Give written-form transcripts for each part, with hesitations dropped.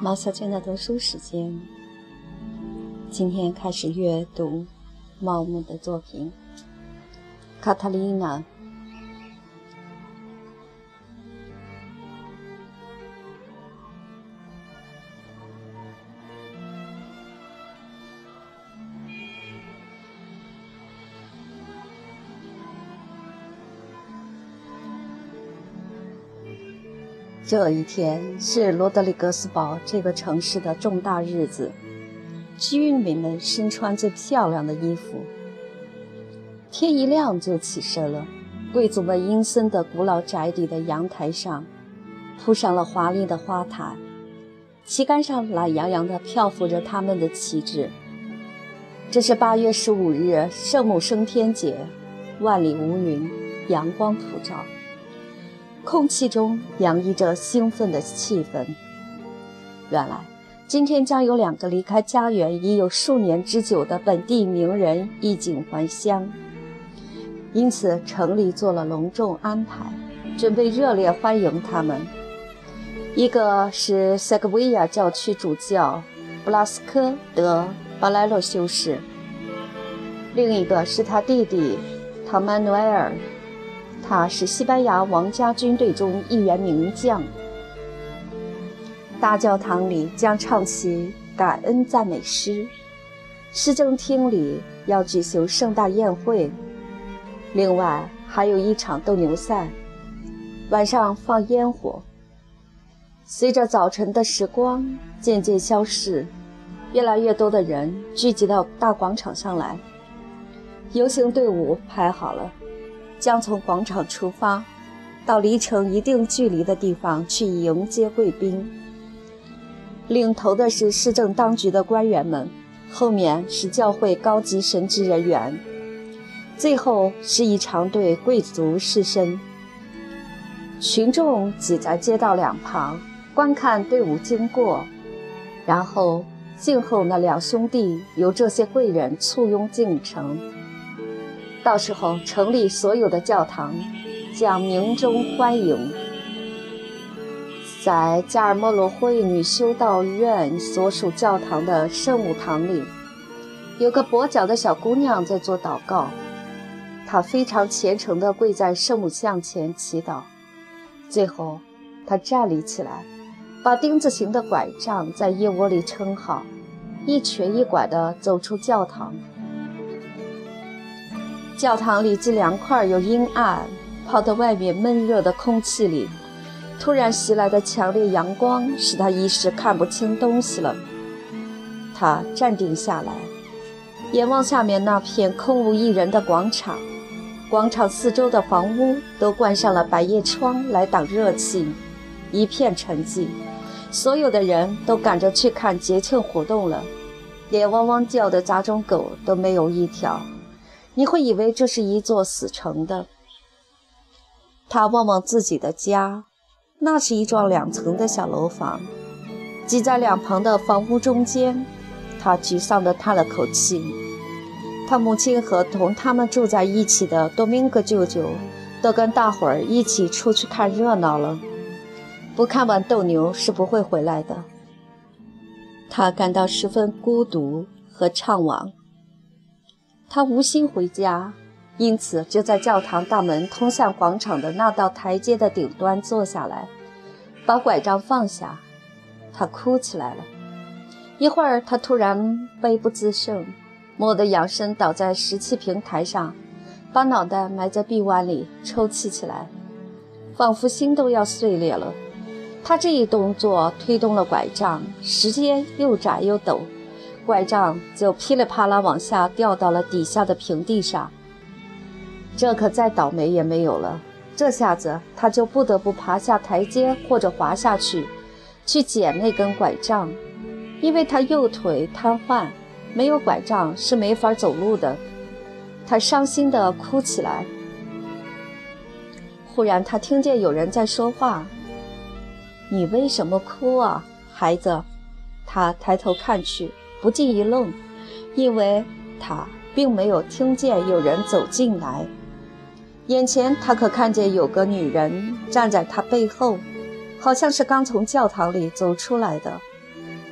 毛小娟的读书时间，今天开始阅读毛姆的作品《卡塔琳娜》。这一天是罗德里格斯堡这个城市的重大日子，居民们身穿最漂亮的衣服，天一亮就起身了。贵族们阴森的古老宅邸的阳台上铺上了华丽的花毯，旗杆上懒洋洋地漂浮着他们的旗帜。这是8月15日圣母升天节，万里无云，阳光普照，空气中洋溢着兴奋的气氛。原来今天将有2个离开家园已有数年之久的本地名人衣锦还乡，因此城里做了隆重安排，准备热烈欢迎他们。一个是塞戈维亚教区主教布拉斯科德巴莱洛修士，另一个是他弟弟唐曼努埃尔，他是西班牙王家军队中一员名将。大教堂里将唱起感恩赞美诗，市政厅里要举行盛大宴会，另外还有一场斗牛赛，晚上放烟火。随着早晨的时光渐渐消逝，越来越多的人聚集到大广场上来，游行队伍排好了，将从广场出发，到离城一定距离的地方去迎接贵宾。领头的是市政当局的官员们，后面是教会高级神职人员，最后是一长队贵族士绅。群众挤在街道两旁，观看队伍经过，然后静候那2兄弟由这些贵人簇拥进城。到时候城里所有的教堂将鸣钟欢迎。在加尔默罗会女修道院所属教堂的圣母堂里，有个跛脚的小姑娘在做祷告，她非常虔诚地跪在圣母像前祈祷。最后她站立起来，把钉子形的拐杖在腋窝里撑好，一瘸一拐地走出教堂。教堂里既凉快又阴暗，泡在外面闷热的空气里，突然袭来的强烈阳光使他一时看不清东西了。他站定下来，眼望下面那片空无一人的广场，广场四周的房屋都关上了百叶窗来挡热气，一片沉寂，所有的人都赶着去看节庆活动了，连汪汪叫的杂种狗都没有一条，你会以为这是一座死城的。他望望自己的家，那是一幢2层的小楼房，挤在2旁的房屋中间。他沮丧地叹了口气，他母亲和同他们住在一起的多明戈舅舅都跟大伙儿一起出去看热闹了，不看完斗牛是不会回来的。他感到十分孤独和怅惘，他无心回家，因此就在教堂大门通向广场的那道台阶的顶端坐下来，把拐杖放下。他哭起来了。一会儿他突然悲不自胜，蓦地仰身倒在石砌平台上，把脑袋埋在臂弯里抽泣起来，仿佛心都要碎裂了。他这一动作推动了拐杖，时间又窄又陡，拐杖就噼里啪啦往下掉到了底下的平地上。这可再倒霉也没有了，这下子他就不得不爬下台阶或者滑下去捡那根拐杖，因为他右腿瘫痪，没有拐杖是没法走路的。他伤心地哭起来。忽然他听见有人在说话：“你为什么哭啊，孩子？”他抬头看去，不禁一愣，因为他并没有听见有人走进来。眼前他可看见有个女人站在他背后，好像是刚从教堂里走出来的。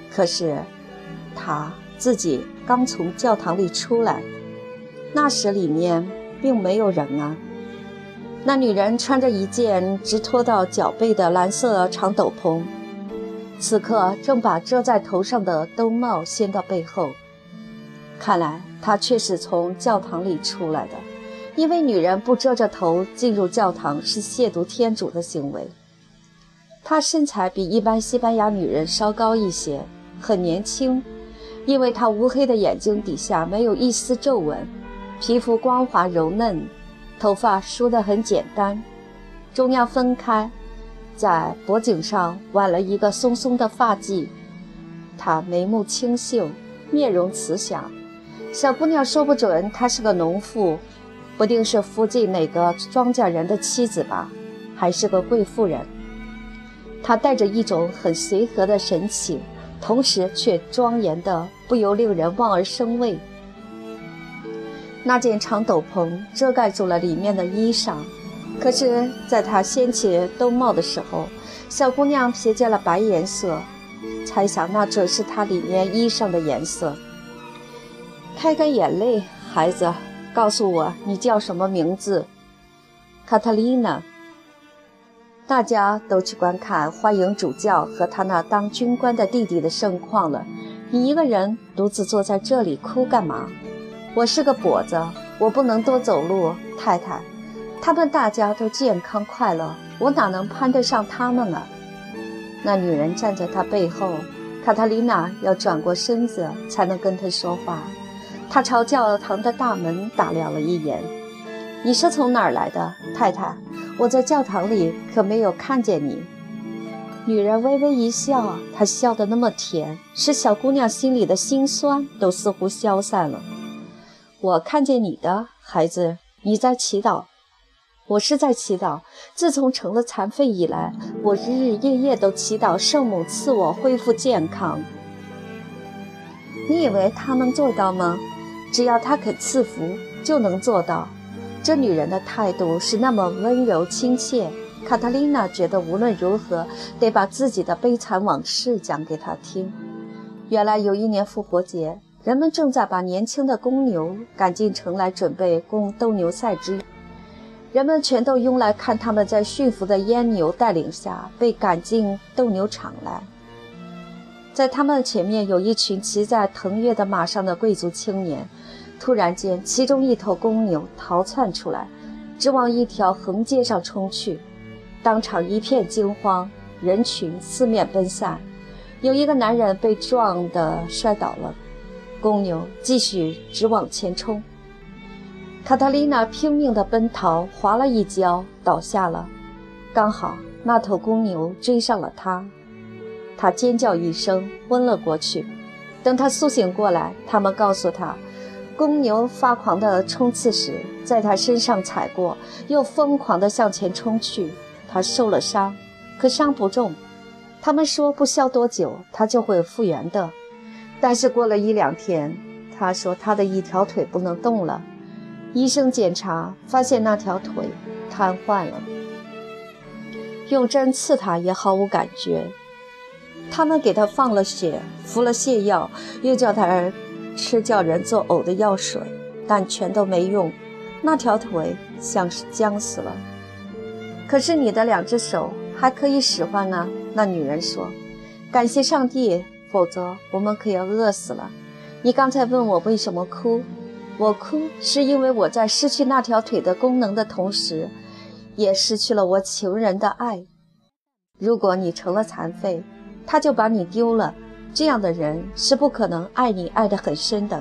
可是他自己刚从教堂里出来，那时里面并没有人啊。那女人穿着一件直拖到脚背的蓝色长斗篷，此刻正把遮在头上的兜帽掀到背后。看来她确实从教堂里出来的，因为女人不遮着头进入教堂是亵渎天主的行为。她身材比一般西班牙女人稍高一些，很年轻，因为她乌黑的眼睛底下没有一丝皱纹，皮肤光滑柔嫩，头发梳得很简单，中央分开，在脖颈上挽了一个松松的发髻。她眉目清秀，面容慈祥，小姑娘说不准她是个农妇，不定是附近哪个庄稼人的妻子吧，还是个贵妇人。她带着一种很随和的神情，同时却庄严的不由令人望而生畏。那件长斗篷遮盖住了里面的衣裳，可是在她掀起兜帽的时候，小姑娘瞥见了白颜色，猜想那准是她里面衣裳的颜色。开开眼泪，孩子，告诉我你叫什么名字？卡特琳娜。大家都去观看欢迎主教和他那当军官的弟弟的盛况了，你一个人独自坐在这里哭干嘛？我是个跛子，我不能多走路，太太，他们大家都健康快乐，我哪能攀得上他们啊？那女人站在他背后，卡特琳娜要转过身子才能跟他说话。他朝教堂的大门打量了一眼。你是从哪儿来的，太太？我在教堂里可没有看见你。女人微微一笑，她笑得那么甜，使小姑娘心里的辛酸都似乎消散了。我看见你的，孩子，你在祈祷。我是在祈祷，自从成了残废以来，我日日夜夜都祈祷圣母赐我恢复健康。你以为她能做到吗？只要她肯赐福，就能做到。这女人的态度是那么温柔亲切，卡特琳娜觉得无论如何得把自己的悲惨往事讲给她听。原来有一年复活节，人们正在把年轻的公牛赶进城来准备供斗牛赛之，人们全都拥来看他们在驯服的阉牛带领下被赶进斗牛场来。在他们前面有一群骑在腾跃的马上的贵族青年，突然间其中一头公牛逃窜出来，直往一条横街上冲去，当场一片惊慌，人群四面奔散，有一个男人被撞得摔倒了，公牛继续直往前冲。卡特琳娜拼命地奔逃，滑了一跤倒下了，刚好那头公牛追上了她，她尖叫一声昏了过去。等她苏醒过来，他们告诉她，公牛发狂地冲刺时在她身上踩过，又疯狂地向前冲去，她受了伤，可伤不重，他们说不消多久她就会复原的。但是过了1-2天，她说她的一条腿不能动了，医生检查发现那条腿瘫痪了，用针刺她也毫无感觉。他们给她放了血，服了泻药，又叫她吃叫人作呕的药水，但全都没用，那条腿像是僵死了。可是你的2只手还可以使唤啊，那女人说，感谢上帝，否则我们可要饿死了。你刚才问我为什么哭，我哭是因为我在失去那条腿的功能的同时，也失去了我情人的爱。如果你成了残废，他就把你丢了，这样的人是不可能爱你爱得很深的。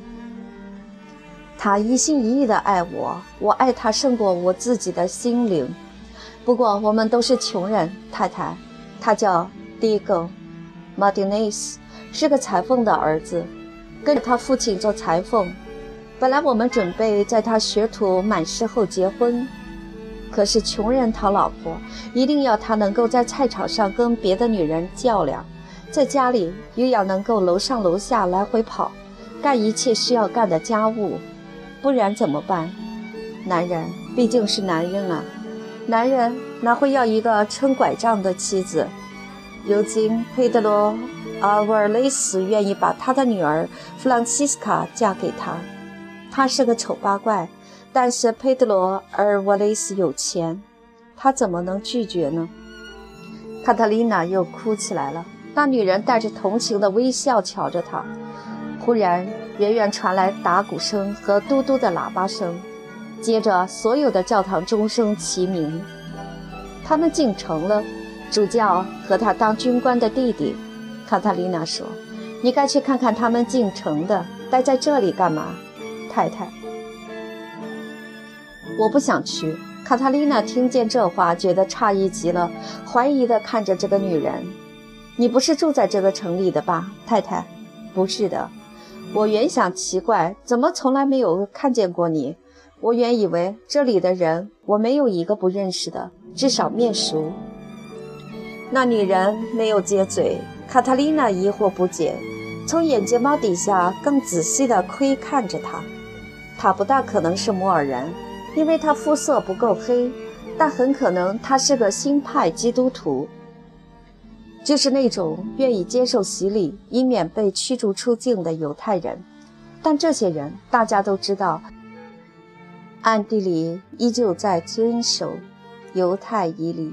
他一心一意地爱我，我爱他胜过我自己的心灵。不过我们都是穷人，太太。他叫 Diego Martinez， 是个裁缝的儿子，跟着他父亲做裁缝。本来我们准备在他学徒满师后结婚，可是穷人讨老婆，一定要他能够在菜场上跟别的女人较量，在家里又要能够楼上楼下来回跑，干一切需要干的家务，不然怎么办？男人毕竟是男人啊，男人哪会要一个撑拐杖的妻子？如今佩德罗阿沃尔雷斯愿意把他的女儿弗朗西斯卡嫁给他。他是个丑八怪，但是佩德罗·阿尔沃雷斯有钱，他怎么能拒绝呢？卡塔琳娜又哭起来了。那女人带着同情的微笑瞧着她。忽然，远远传来打鼓声和嘟嘟的喇叭声，接着所有的教堂钟声齐鸣。他们进城了，主教和他当军官的弟弟。卡塔琳娜说：“你该去看看他们进城的，待在这里干嘛？”太太，我不想去。卡塔琳娜听见这话，觉得诧异极了，怀疑地看着这个女人。你不是住在这个城里的吧，太太？不是的。我原想奇怪，怎么从来没有看见过你？我原以为这里的人我没有一个不认识的，至少面熟。那女人没有接嘴。卡塔琳娜疑惑不解，从眼睫毛底下更仔细地窥看着他。他不大可能是摩尔人，因为他肤色不够黑，但很可能他是个新派基督徒，就是那种愿意接受洗礼以免被驱逐出境的犹太人。但这些人大家都知道，暗地里依旧在遵守犹太仪礼。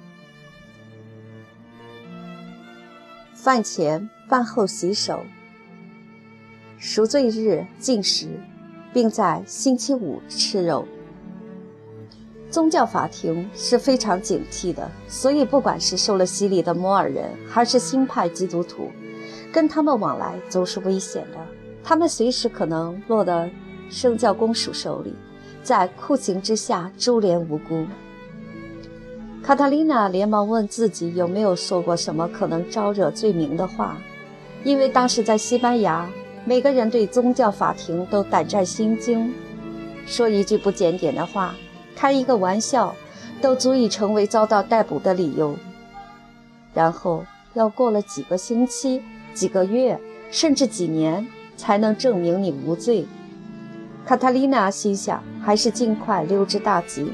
饭前饭后洗手，赎罪日禁食，并在星期五吃肉。宗教法庭是非常警惕的，所以不管是受了洗礼的摩尔人还是新派基督徒，跟他们往来都是危险的。他们随时可能落到圣教公署手里，在酷刑之下株连无辜。卡塔琳娜连忙问自己有没有说过什么可能招惹罪名的话，因为当时在西班牙，每个人对宗教法庭都胆战心惊，说一句不检点的话，开一个玩笑，都足以成为遭到逮捕的理由。然后要过了几个星期、几个月，甚至几年，才能证明你无罪。卡塔琳娜心想，还是尽快溜之大吉。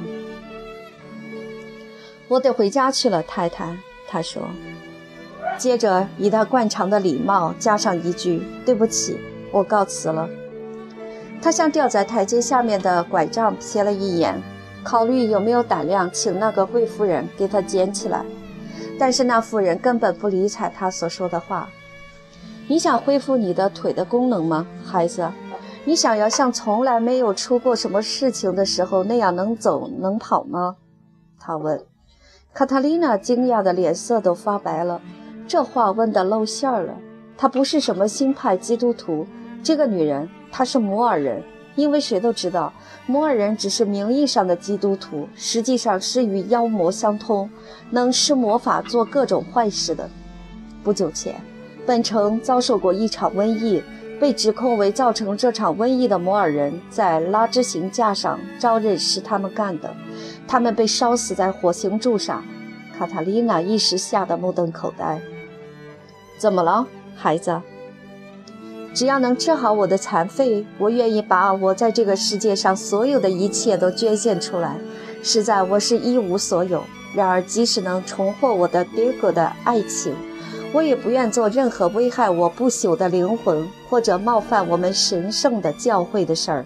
我得回家去了，太太，她说。接着以她惯常的礼貌加上一句：“对不起，我告辞了。”她向吊在台阶下面的拐杖瞥了一眼，考虑有没有胆量请那个贵妇人给她捡起来。但是那妇人根本不理睬她所说的话。你想恢复你的腿的功能吗，孩子？你想要像从来没有出过什么事情的时候那样能走能跑吗？她问。卡塔琳娜惊讶的脸色都发白了，这话问得露馅了。她不是什么新派基督徒，这个女人她是摩尔人，因为谁都知道，摩尔人只是名义上的基督徒，实际上是与妖魔相通，能施魔法做各种坏事的。不久前，本城遭受过一场瘟疫，被指控为造成这场瘟疫的摩尔人在拉之刑架上招认是他们干的，他们被烧死在火刑柱上。卡塔琳娜一时吓得目瞪口呆。怎么了，孩子？只要能治好我的残废，我愿意把我在这个世界上所有的一切都捐献出来。实在我是一无所有，然而即使能重获我的爹哥的爱情，我也不愿做任何危害我不朽的灵魂或者冒犯我们神圣的教会的事儿。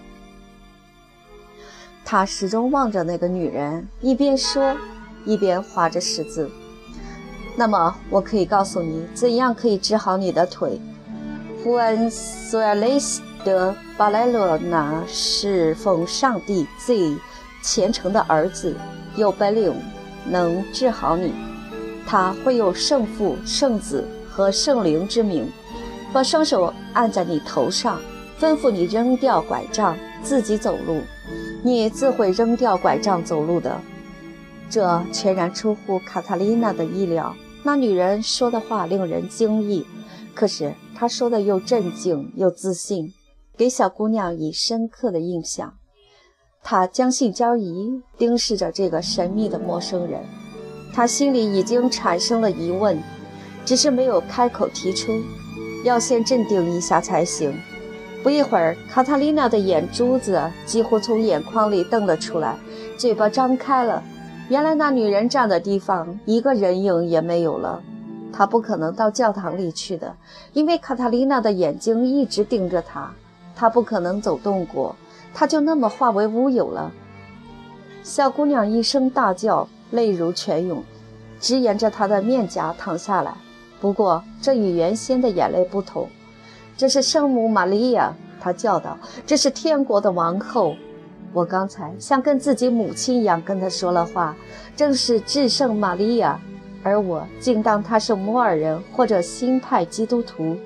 他始终望着那个女人，一边说一边画着十字。那么我可以告诉你怎样可以治好你的腿。胡恩索尔雷斯的巴莱罗纳是奉上帝最虔诚的儿子，有本领能治好你。他会用圣父、圣子和圣灵之名，把双手按在你头上，吩咐你扔掉拐杖，自己走路。你自会扔掉拐杖走路的。这全然出乎卡塔琳娜的意料。那女人说的话令人惊异，可是她说的又镇静又自信，给小姑娘以深刻的印象。她将信将疑盯视着这个神秘的陌生人，她心里已经产生了疑问，只是没有开口提出，要先镇定一下才行。不一会儿，卡塔琳娜的眼珠子几乎从眼眶里瞪了出来，嘴巴张开了。原来那女人站的地方一个人影也没有了。 他不可能到教堂里去的，因为卡塔琳娜的眼睛一直盯着他。他不可能走动过，他就那么化为乌有了。小姑娘一声大叫，泪如泉涌，直沿着她的面颊淌下来。不过这与原先的眼泪不同，这是圣母玛利亚，她叫道，这是天国的王后。我刚才像跟自己母亲一样跟她说了话，正是至圣玛利亚，而我竟当她是摩尔人或者新派基督徒。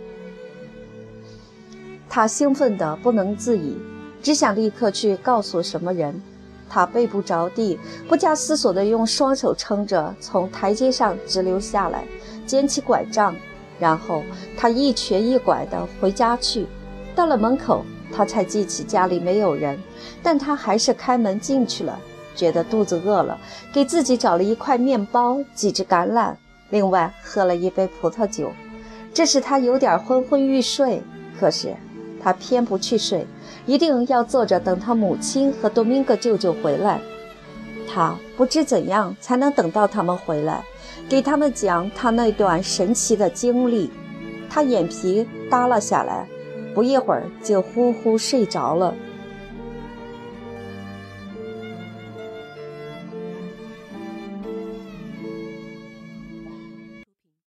他兴奋得不能自已，只想立刻去告诉什么人。他背不着地，不加思索地用双手撑着从台阶上直溜下来，捡起拐杖，然后他一瘸一拐地回家去。到了门口，他才记起家里没有人，但他还是开门进去了，觉得肚子饿了，给自己找了一块面包，几只橄榄，另外喝了一杯葡萄酒。这使他有点昏昏欲睡，可是他偏不去睡，一定要坐着等他母亲和多明戈舅舅回来。他不知怎样才能等到他们回来，给他们讲他那段神奇的经历。他眼皮耷拉下来，不一会儿就呼呼睡着了。